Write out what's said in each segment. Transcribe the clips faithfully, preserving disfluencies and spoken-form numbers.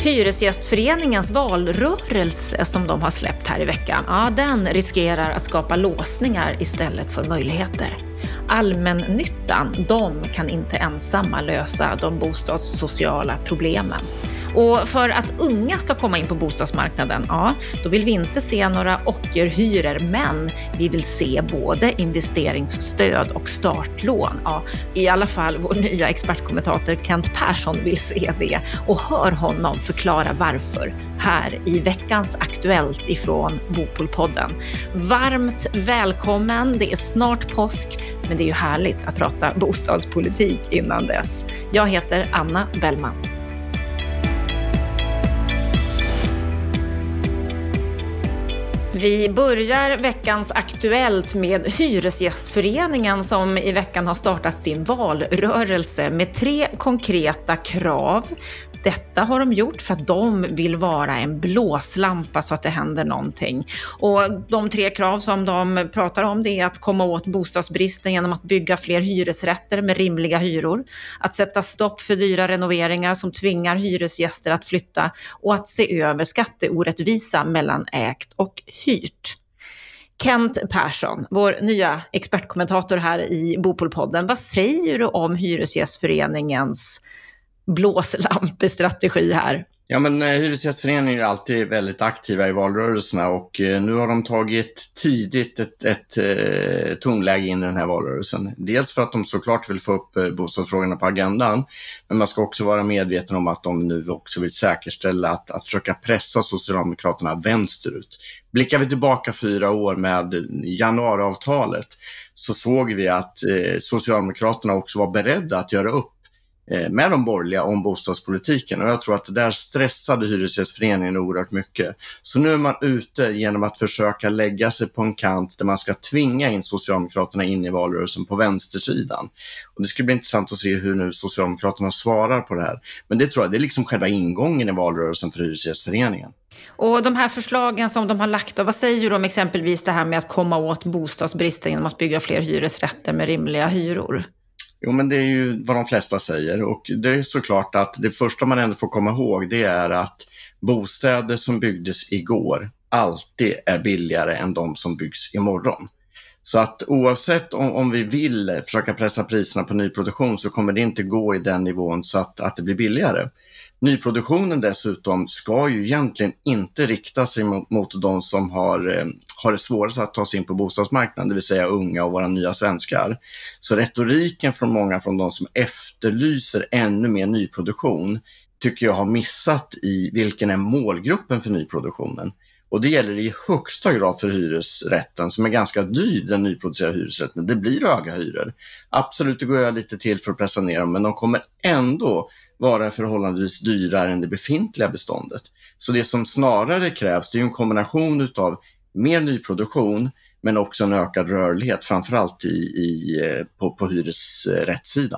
Hyresgästföreningens valrörelse som de har släppt här i veckan, ja, den riskerar att skapa låsningar istället för möjligheter. Allmännyttan, de kan inte ensamma lösa de bostadssociala problemen. Och för att unga ska komma in på bostadsmarknaden, ja, då vill vi inte se några ockerhyror, men vi vill se både investeringsstöd och startlån. Ja, i alla fall vår nya expertkommentator Kent Persson vill se det, och hör honom förklara varför här i veckans Aktuellt ifrån Bopolpodden. Varmt välkommen, det är snart påsk, men det är ju härligt att prata bostadspolitik innan dess. Jag heter Anna Bellman. Vi börjar veckans Aktuellt med Hyresgästföreningen som i veckan har startat sin valrörelse med tre konkreta krav. Detta har de gjort för att de vill vara en blåslampa så att det händer någonting. Och de tre krav som de pratar om, det är att komma åt bostadsbristen genom att bygga fler hyresrätter med rimliga hyror, att sätta stopp för dyra renoveringar som tvingar hyresgäster att flytta och att se över skatteorättvisa mellan ägt och hyrt. Kent Persson, vår nya expertkommentator här i Bopolpodden, vad säger du om Hyresgästföreningens blåslampestrategi här? Ja, men eh, Hyresgästföreningen är alltid väldigt aktiva i valrörelserna, och eh, nu har de tagit tidigt ett, ett eh, tonläge in i den här valrörelsen. Dels för att de såklart vill få upp eh, bostadsfrågorna på agendan, men man ska också vara medveten om att de nu också vill säkerställa att, att försöka pressa Socialdemokraterna vänsterut. Blickar vi tillbaka fyra år med januariavtalet, så såg vi att eh, Socialdemokraterna också var beredda att göra upp med de borgerliga om bostadspolitiken, och jag tror att det där stressade Hyresgästföreningen oerhört mycket. Så nu är man ute genom att försöka lägga sig på en kant där man ska tvinga in Socialdemokraterna in i valrörelsen på vänstersidan. Och det ska bli intressant att se hur nu Socialdemokraterna svarar på det här. Men det tror jag, det är liksom själva ingången i valrörelsen för Hyresgästföreningen. Och de här förslagen som de har lagt, och vad säger du om exempelvis det här med att komma åt bostadsbristen genom att bygga fler hyresrätter med rimliga hyror? Jo, men det är ju vad de flesta säger, och det är såklart att det första man ändå får komma ihåg, det är att bostäder som byggdes igår alltid är billigare än de som byggs imorgon. Så att oavsett om, om vi vill försöka pressa priserna på nyproduktion, så kommer det inte gå i den nivån så att, att det blir billigare. Nyproduktionen dessutom ska ju egentligen inte rikta sig mot, mot de som har, eh, har det svårast att ta sig in på bostadsmarknaden, det vill säga unga och våra nya svenskar. Så retoriken från många från de som efterlyser ännu mer nyproduktion tycker jag har missat i vilken är målgruppen för nyproduktionen. Och det gäller i högsta grad för hyresrätten, som är ganska dyr, den nyproducerade hyresrätten. Det blir höga hyror. Absolut, det går jag lite till för att pressa ner dem, men de kommer ändå vara förhållandevis dyrare än det befintliga beståndet. Så det som snarare krävs, det är en kombination av mer nyproduktion, men också en ökad rörlighet, framförallt i, i, på, på hyresrättssidan.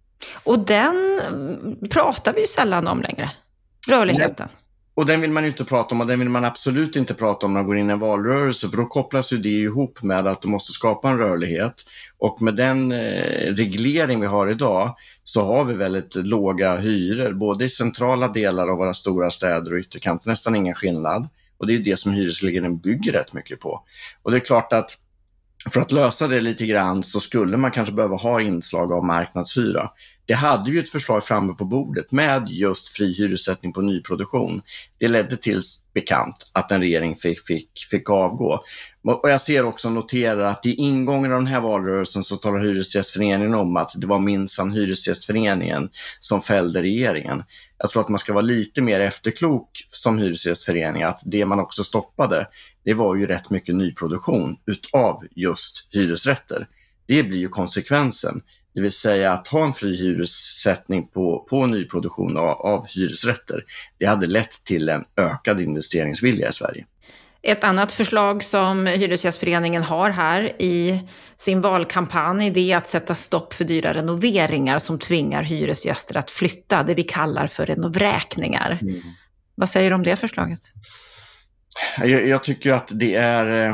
Och den pratar vi ju sällan om längre, rörligheten. Nej. Och den vill man ju inte prata om, och den vill man absolut inte prata om när man går in i en valrörelse, för då kopplas ju det ihop med att du måste skapa en rörlighet. Och med den eh, reglering vi har idag så har vi väldigt låga hyror, både i centrala delar av våra stora städer och ytterkant, nästan ingen skillnad. Och det är det som hyresregleringen bygger rätt mycket på. Och det är klart att för att lösa det lite grann så skulle man kanske behöva ha inslag av marknadshyra. Det hade ju ett förslag framme på bordet med just fri hyressättning på nyproduktion. Det ledde till bekant att en regering fick, fick, fick avgå. Och jag ser också noterar att i ingången av den här valrörelsen så talar Hyresgästföreningen om att det var minsann Hyresgästföreningen som fällde regeringen. Jag tror att man ska vara lite mer efterklok som Hyresgästförening, att det man också stoppade, det var ju rätt mycket nyproduktion utav just hyresrätter. Det blir ju konsekvensen. Det vill säga att ha en fri hyressättning på, på nyproduktion av, av hyresrätter. Det hade lett till en ökad investeringsvilja i Sverige. Ett annat förslag som Hyresgästföreningen har här i sin valkampanj, det är att sätta stopp för dyra renoveringar som tvingar hyresgäster att flytta. Det vi kallar för renovräkningar. Mm. Vad säger du om det förslaget? Jag, jag tycker att det är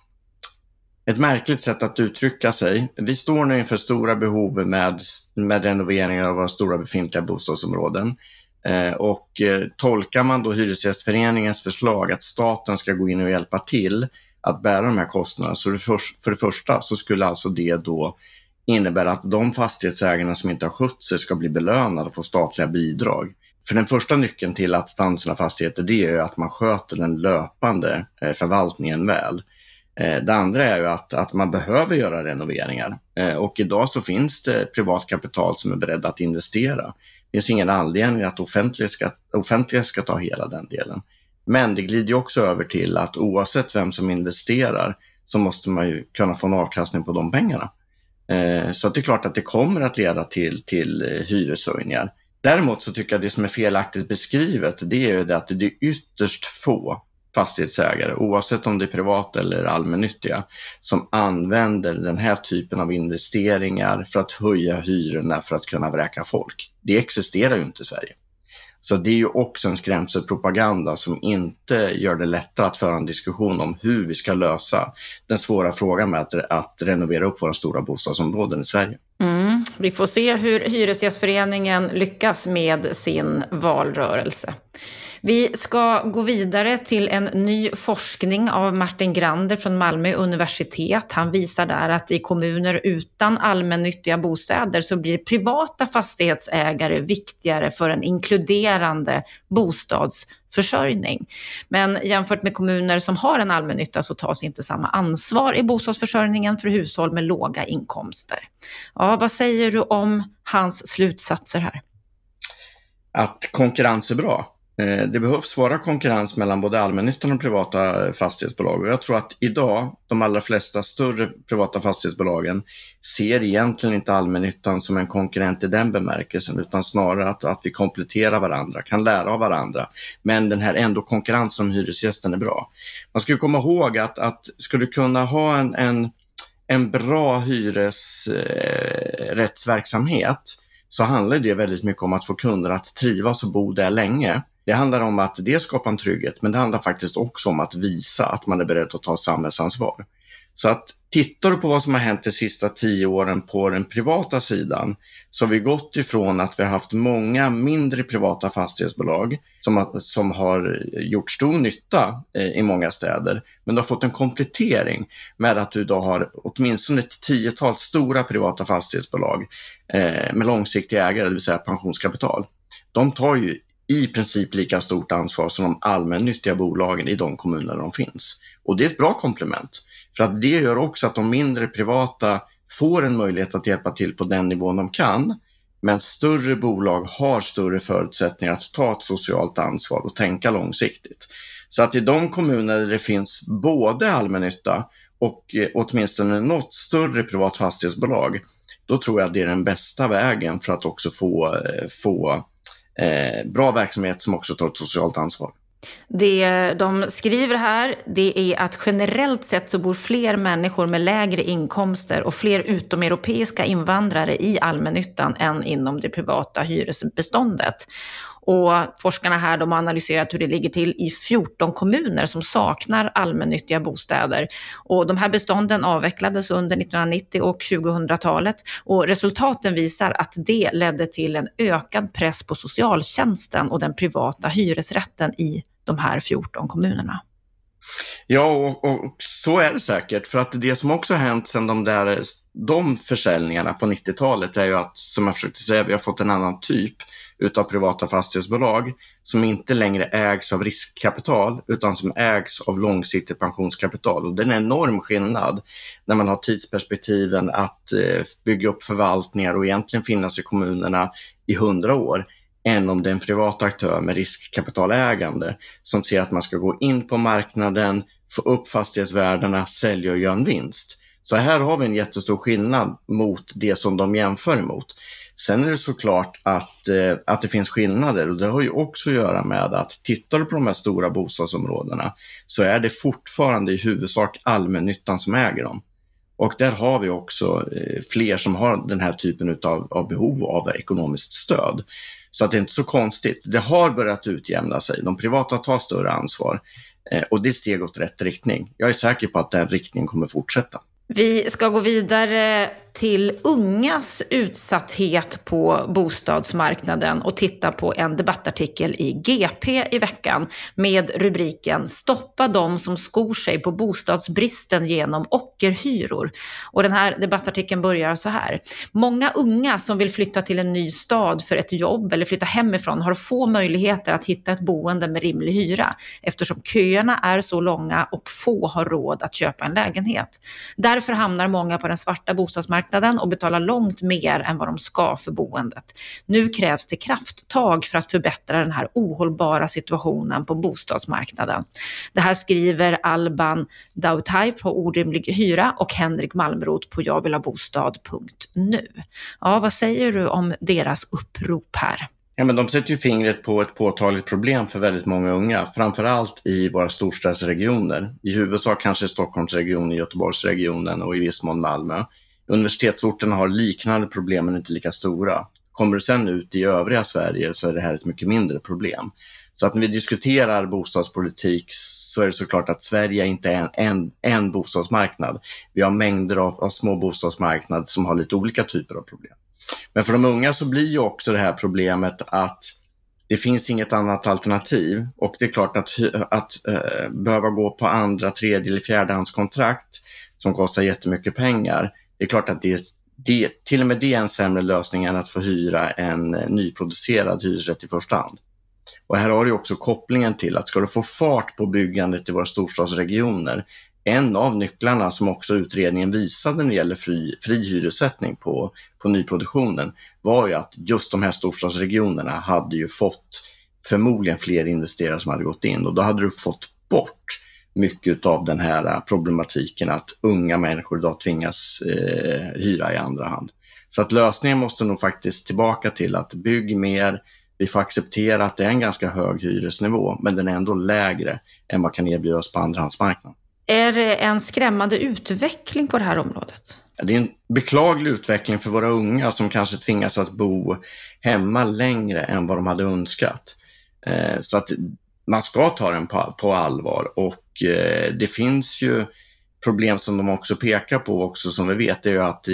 ett märkligt sätt att uttrycka sig. Vi står nu inför stora behov med, med renoveringar av våra stora befintliga bostadsområden. Eh, och eh, tolkar man då Hyresgästföreningens förslag att staten ska gå in och hjälpa till att bära de här kostnaderna, så det för, för det första så skulle alltså det då innebära att de fastighetsägarna som inte har skött sig ska bli belönade och få statliga bidrag. För den första nyckeln till att ta hand om sina fastigheter, det är ju att man sköter den löpande eh, förvaltningen väl. Eh, det andra är ju att, att man behöver göra renoveringar. Eh, och idag så finns det privat kapital som är beredd att investera. Det finns ingen anledning att offentliga ska, offentliga ska ta hela den delen. Men det glider ju också över till att oavsett vem som investerar så måste man ju kunna få en avkastning på de pengarna. Eh, så det är klart att det kommer att leda till, till eh, hyreshöjningar. Däremot så tycker jag det som är felaktigt beskrivet, det är ju det att det är ytterst få fastighetsägare, oavsett om det är privata eller allmännyttiga, som använder den här typen av investeringar för att höja hyrorna för att kunna vräka folk. Det existerar ju inte i Sverige. Så det är ju också en skrämselpropaganda som inte gör det lättare att föra en diskussion om hur vi ska lösa den svåra frågan med att, att renovera upp våra stora bostadsområden i Sverige. Mm. Vi får se hur Hyresgästföreningen lyckas med sin valrörelse. Vi ska gå vidare till en ny forskning av Martin Grander från Malmö universitet. Han visar där att i kommuner utan allmännyttiga bostäder så blir privata fastighetsägare viktigare för en inkluderande bostadsförsörjning. Men jämfört med kommuner som har en allmännytta så tas inte samma ansvar i bostadsförsörjningen för hushåll med låga inkomster. Ja, vad säger du om hans slutsatser här? Att konkurrens är bra. Det behövs vara konkurrens mellan både allmännyttan och privata fastighetsbolag. Och jag tror att idag de allra flesta större privata fastighetsbolagen ser egentligen inte allmännyttan som en konkurrent i den bemärkelsen, utan snarare att, att vi kompletterar varandra, kan lära av varandra. Men den här ändå konkurrensen om hyresgästen är bra. Man ska ju komma ihåg att, att skulle kunna ha en, en, en bra hyresrättsverksamhet så handlar det väldigt mycket om att få kunder att trivas och bo där länge. Det handlar om att det skapar en trygghet, men det handlar faktiskt också om att visa att man är beredd att ta samhällsansvar. Så att tittar du på vad som har hänt de sista tio åren på den privata sidan, så har vi gått ifrån att vi har haft många mindre privata fastighetsbolag som har, som har gjort stor nytta eh, i många städer, men du har fått en komplettering med att du idag har åtminstone ett tiotal stora privata fastighetsbolag eh, med långsiktiga ägare, det vill säga pensionskapital. De tar ju i princip lika stort ansvar som de allmännyttiga bolagen i de kommuner där de finns. Och det är ett bra komplement. För att det gör också att de mindre privata får en möjlighet att hjälpa till på den nivån de kan. Men större bolag har större förutsättningar att ta ett socialt ansvar och tänka långsiktigt. Så att i de kommuner där det finns både allmännytta och åtminstone något större privat fastighetsbolag, då tror jag att det är den bästa vägen för att också få, få Eh, bra verksamhet som också tar ett socialt ansvar. Det de skriver här, det är att generellt sett så bor fler människor med lägre inkomster och fler utomeuropeiska invandrare i allmännyttan än inom det privata hyresbeståndet. Och forskarna här, de har analyserat hur det ligger till i fjorton kommuner som saknar allmännyttiga bostäder. Och de här bestånden avvecklades under nittonhundranittio och tjugohundratalet. Och resultaten visar att det ledde till en ökad press på socialtjänsten och den privata hyresrätten i de här fjorton kommunerna. Ja, och, och så är det säkert. För att det som också har hänt sedan de där de försäljningarna på nittiotalet är ju att, som jag försökte säga, vi har fått en annan typ utav privata fastighetsbolag som inte längre ägs av riskkapital utan som ägs av långsiktigt pensionskapital. Och det är en enorm skillnad när man har tidsperspektiven att eh, bygga upp förvaltningar och egentligen finnas i kommunerna i hundra år, än om det är en privat aktör med riskkapitalägande som ser att man ska gå in på marknaden, få upp fastighetsvärdena, sälja och göra en vinst. Så här har vi en jättestor skillnad mot det som de jämför emot. Sen är det såklart att, eh, att det finns skillnader, och det har ju också att göra med att tittar du på de här stora bostadsområdena så är det fortfarande i huvudsak allmännyttan som äger dem. Och där har vi också eh, fler som har den här typen utav, av behov av ekonomiskt stöd. Så att det är inte så konstigt. Det har börjat utjämna sig. De privata tar större ansvar eh, och det är steg åt rätt riktning. Jag är säker på att den riktningen kommer fortsätta. Vi ska gå vidare till ungas utsatthet på bostadsmarknaden och titta på en debattartikel i G P i veckan med rubriken "Stoppa de som skor sig på bostadsbristen genom ockerhyror". Och den här debattartikeln börjar så här: Många unga som vill flytta till en ny stad för ett jobb eller flytta hemifrån har få möjligheter att hitta ett boende med rimlig hyra eftersom köerna är så långa och få har råd att köpa en lägenhet. Därför hamnar många på den svarta bostadsmarknaden och betalar långt mer än vad de ska för boendet. Nu krävs det krafttag för att förbättra den här ohållbara situationen på bostadsmarknaden. Det här skriver Alban Dautay på Orimlig hyra och Henrik Malmroth på jag vill ha bostad punkt nu. Ja, vad säger du om deras upprop här? Ja, men de sätter ju fingret på ett påtagligt problem för väldigt många unga, framförallt i våra storstadsregioner. I huvudsak kanske Stockholmsregionen, Göteborgsregionen och i viss mån Malmö. Universitetsorterna har liknande problem men inte lika stora. Kommer du sen ut i övriga Sverige så är det här ett mycket mindre problem. Så att när vi diskuterar bostadspolitik så är det såklart att Sverige inte är en, en, en bostadsmarknad. Vi har mängder av, av små bostadsmarknader som har lite olika typer av problem. Men för de unga så blir ju också det här problemet att det finns inget annat alternativ. Och det är klart att, att äh, behöva gå på andra, tredje eller fjärdehandskontrakt som kostar jättemycket pengar. Det är klart att det, det, till och med det är en sämre lösning än att få hyra en nyproducerad hyresrätt i första hand. Och här har du också kopplingen till att ska du få fart på byggandet i våra storstadsregioner, en av nycklarna som också utredningen visade när det gäller fri, fri hyressättning på, på nyproduktionen var ju att just de här storstadsregionerna hade ju fått förmodligen fler investerare som hade gått in, och då hade du fått bort mycket av den här problematiken att unga människor idag tvingas eh, hyra i andra hand. Så att lösningen måste nog faktiskt tillbaka till att bygg mer. Vi får acceptera att det är en ganska hög hyresnivå, men den är ändå lägre än vad kan erbjudas på andrahandsmarknaden. Är det en skrämmande utveckling på det här området? Det är en beklaglig utveckling för våra unga som kanske tvingas att bo hemma längre än vad de hade önskat. Så att man ska ta den på, på allvar, och det finns ju problem som de också pekar på också, som vi vet, är ju att i,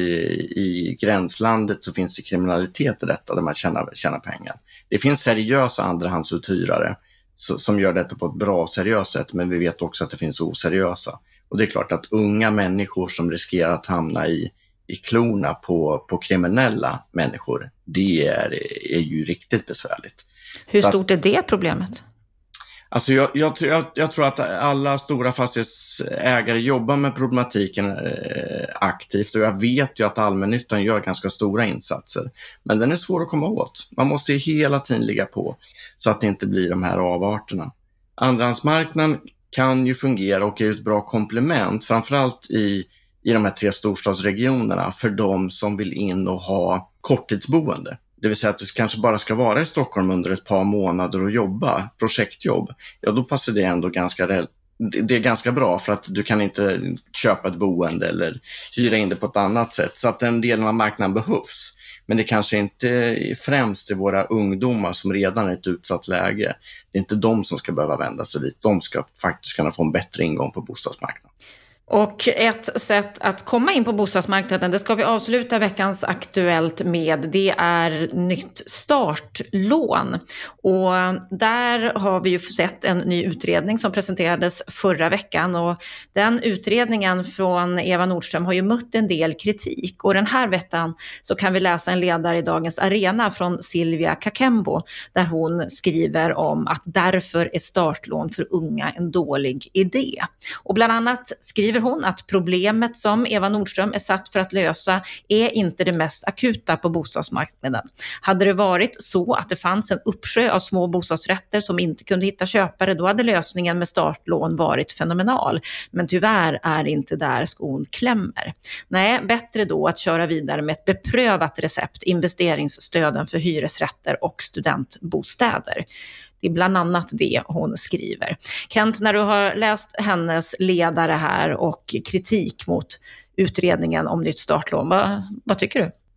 i gränslandet så finns det kriminalitet i detta där man tjänar, tjänar pengar. Det finns seriösa andrahandsuthyrare som gör detta på ett bra, seriöst sätt, men vi vet också att det finns oseriösa. Och det är klart att unga människor som riskerar att hamna i, i klorna på, på kriminella människor, det är, är ju riktigt besvärligt. Hur Så stort att, är det problemet? Alltså jag, jag, jag, jag tror att alla stora fastighetsägare jobbar med problematiken eh, aktivt, och jag vet ju att allmännyttan gör ganska stora insatser. Men den är svår att komma åt. Man måste ju hela tiden ligga på så att det inte blir de här avarterna. Andrahandsmarknaden kan ju fungera och är ett bra komplement, framförallt i, i de här tre storstadsregionerna, för de som vill in och ha korttidsboende. Det vill säga att du kanske bara ska vara i Stockholm under ett par månader och jobba, projektjobb. Ja, då passar det ändå ganska rätt. Det är ganska bra, för att du kan inte köpa ett boende eller hyra in det på ett annat sätt. Så att den delen av marknaden behövs. Men det kanske inte främst är våra ungdomar som redan är i ett utsatt läge. Det är inte de som ska behöva vända sig dit. De ska faktiskt kunna få en bättre ingång på bostadsmarknaden. Och ett sätt att komma in på bostadsmarknaden, det ska vi avsluta veckans Aktuellt med, det är nytt startlån. Och där har vi ju sett en ny utredning som presenterades förra veckan, och den utredningen från Eva Nordström har ju mött en del kritik. Och den här veckan så kan vi läsa en ledare i Dagens Arena från Silvia Kakembo, där hon skriver om att därför är startlån för unga en dålig idé. Och bland annat skriver hon att problemet som Eva Nordström är satt för att lösa är inte det mest akuta på bostadsmarknaden. Hade det varit så att det fanns en uppsjö av små bostadsrätter som inte kunde hitta köpare, då hade lösningen med startlån varit fenomenal. Men tyvärr är det inte där skon klämmer. Nej, bättre då att köra vidare med ett beprövat recept, investeringsstöden för hyresrätter och studentbostäder. Det är bland annat det hon skriver. Kent, när du har läst hennes ledare här och kritik mot utredningen om nytt startlån, vad, vad tycker du?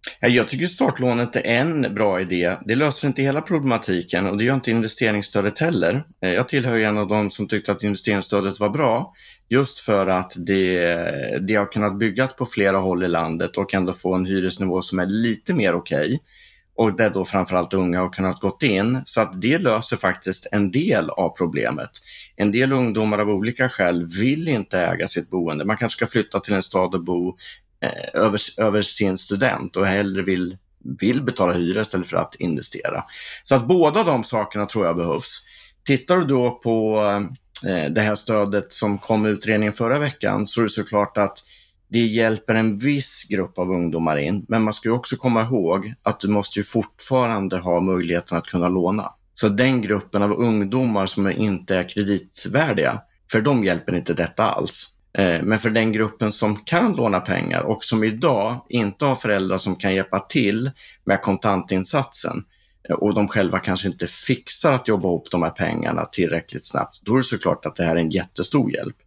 Jag tycker startlånet är en bra idé. Det löser inte hela problematiken och det gör inte investeringsstödet heller. Jag tillhör en av de som tyckte att investeringsstödet var bra just för att det, det har kunnat byggas på flera håll i landet och ändå få en hyresnivå som är lite mer okej. Och där då framförallt unga har kunnat gått in. Så att det löser faktiskt en del av problemet. En del ungdomar av olika skäl vill inte äga sitt boende. Man kanske ska flytta till en stad och bo eh, över, över sin student och hellre vill, vill betala hyra istället för att investera. Så att båda de sakerna tror jag behövs. Tittar du då på eh, det här stödet som kom i utredningen förra veckan så är det såklart att det hjälper en viss grupp av ungdomar in, men man ska ju också komma ihåg att du måste ju fortfarande ha möjligheten att kunna låna. Så den gruppen av ungdomar som inte är kreditvärdiga, för dem hjälper inte detta alls. Men för den gruppen som kan låna pengar och som idag inte har föräldrar som kan hjälpa till med kontantinsatsen och de själva kanske inte fixar att jobba ihop de här pengarna tillräckligt snabbt, då är det såklart att det här är en jättestor hjälp.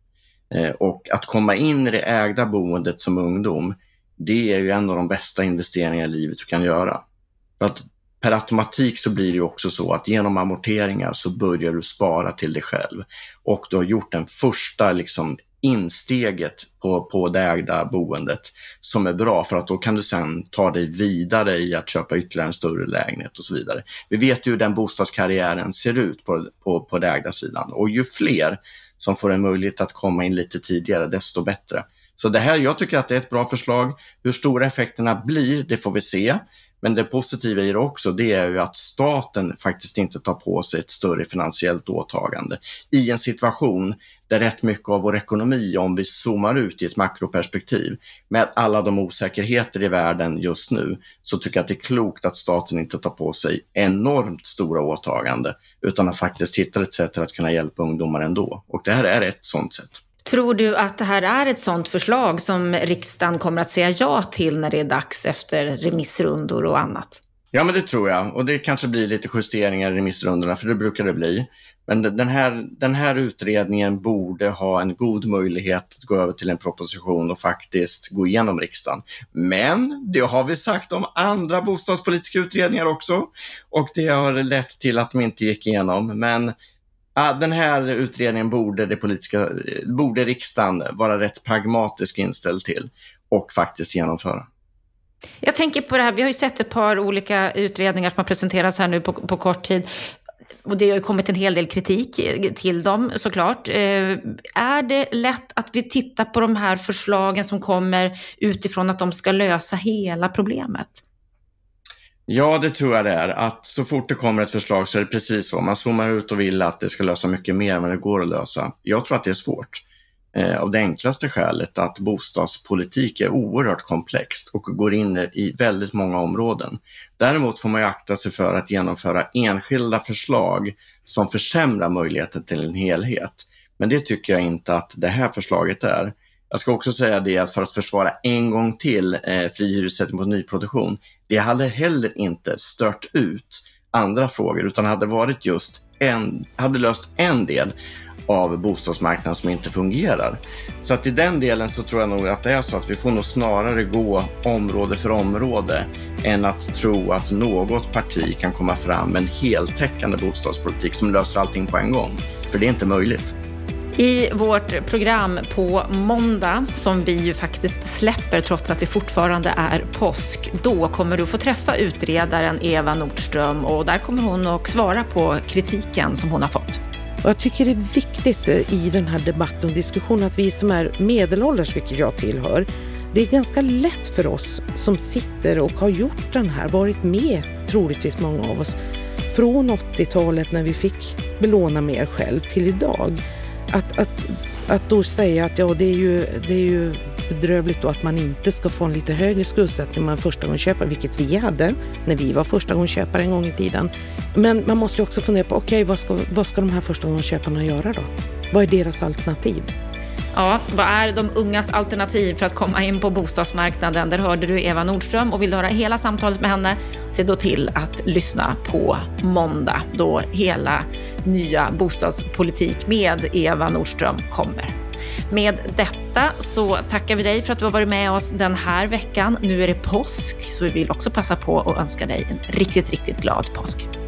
Och att komma in i det ägda boendet som ungdom, det är ju en av de bästa investeringar i livet du kan göra. För att per automatik så blir det ju också så att genom amorteringar så börjar du spara till dig själv. Och du har gjort den första liksom insteget på, på det ägda boendet som är bra, för att då kan du sen ta dig vidare i att köpa ytterligare en större lägenhet och så vidare. Vi vet ju hur den bostadskarriären ser ut på, på, på det ägda sidan, och ju fler som får en möjlighet att komma in lite tidigare, desto bättre. Så det här, jag tycker att det är ett bra förslag. Hur stora effekterna blir, det får vi se. Men det positiva i det också, det är ju att staten faktiskt inte tar på sig ett större finansiellt åtagande. I en situation där rätt mycket av vår ekonomi, om vi zoomar ut i ett makroperspektiv, med alla de osäkerheter i världen just nu, så tycker jag att det är klokt att staten inte tar på sig enormt stora åtagande, utan att faktiskt hitta ett sätt att kunna hjälpa ungdomar ändå. Och det här är ett sånt sätt. Tror du att det här är ett sånt förslag som riksdagen kommer att säga ja till när det är dags efter remissrundor och annat? Ja, men det tror jag. Och det kanske blir lite justeringar i remissrundorna, för det brukar det bli. Men den här, den här utredningen borde ha en god möjlighet att gå över till en proposition och faktiskt gå igenom riksdagen. Men det har vi sagt om andra bostadspolitiska utredningar också. Och det har lett till att de inte gick igenom. Men ja, den här utredningen borde, det politiska, borde riksdagen vara rätt pragmatisk inställd till och faktiskt genomföra. Jag tänker på det här, vi har ju sett ett par olika utredningar som har presenterats här nu på, på kort tid. Och det har ju kommit en hel del kritik till dem såklart. Eh, är det lätt att vi tittar på de här förslagen som kommer utifrån att de ska lösa hela problemet? Ja, det tror jag det är. Att så fort det kommer ett förslag så är det precis så. Man zoomar ut och vill att det ska lösa mycket mer än det går att lösa. Jag tror att det är svårt. Eh, av det enklaste skälet att bostadspolitik är oerhört komplext och går in i väldigt många områden. Däremot får man ju akta sig för att genomföra enskilda förslag som försämrar möjligheten till en helhet. Men det tycker jag inte att det här förslaget är. Jag ska också säga det att för att försvara en gång till eh, fri hyressättning på nyproduktion, det hade heller inte stört ut andra frågor, utan hade varit just en, hade löst en del av bostadsmarknaden som inte fungerar. Så att i den delen så tror jag nog att det är så att vi får nog snarare gå område för område än att tro att något parti kan komma fram med en heltäckande bostadspolitik som löser allting på en gång. För det är inte möjligt. I vårt program på måndag, som vi ju faktiskt släpper trots att det fortfarande är påsk, då kommer du få träffa utredaren Eva Nordström, och där kommer hon att svara på kritiken som hon har fått. Och jag tycker det är viktigt i den här debatten och diskussionen att vi som är medelålders, vilket jag tillhör, det är ganska lätt för oss som sitter och har gjort den här, varit med troligtvis många av oss, från åttiotalet när vi fick belåna mer själv till idag. Att, att, att då säga att ja, det är ju, det är ju bedrövligt då att man inte ska få en lite högre skuldsättning när man första gången köper, vilket vi hade när vi var första gången köpare en gång i tiden. Men man måste ju också fundera på, okej, okay, vad, ska, vad ska de här första gången köparna göra då? Vad är deras alternativ? Ja, vad är de ungas alternativ för att komma in på bostadsmarknaden? Där hörde du Eva Nordström, och vill du höra hela samtalet med henne, se då till att lyssna på måndag då hela nya bostadspolitik med Eva Nordström kommer. Med detta så tackar vi dig för att du har varit med oss den här veckan. Nu är det påsk, så vi vill också passa på att önska dig en riktigt, riktigt glad påsk.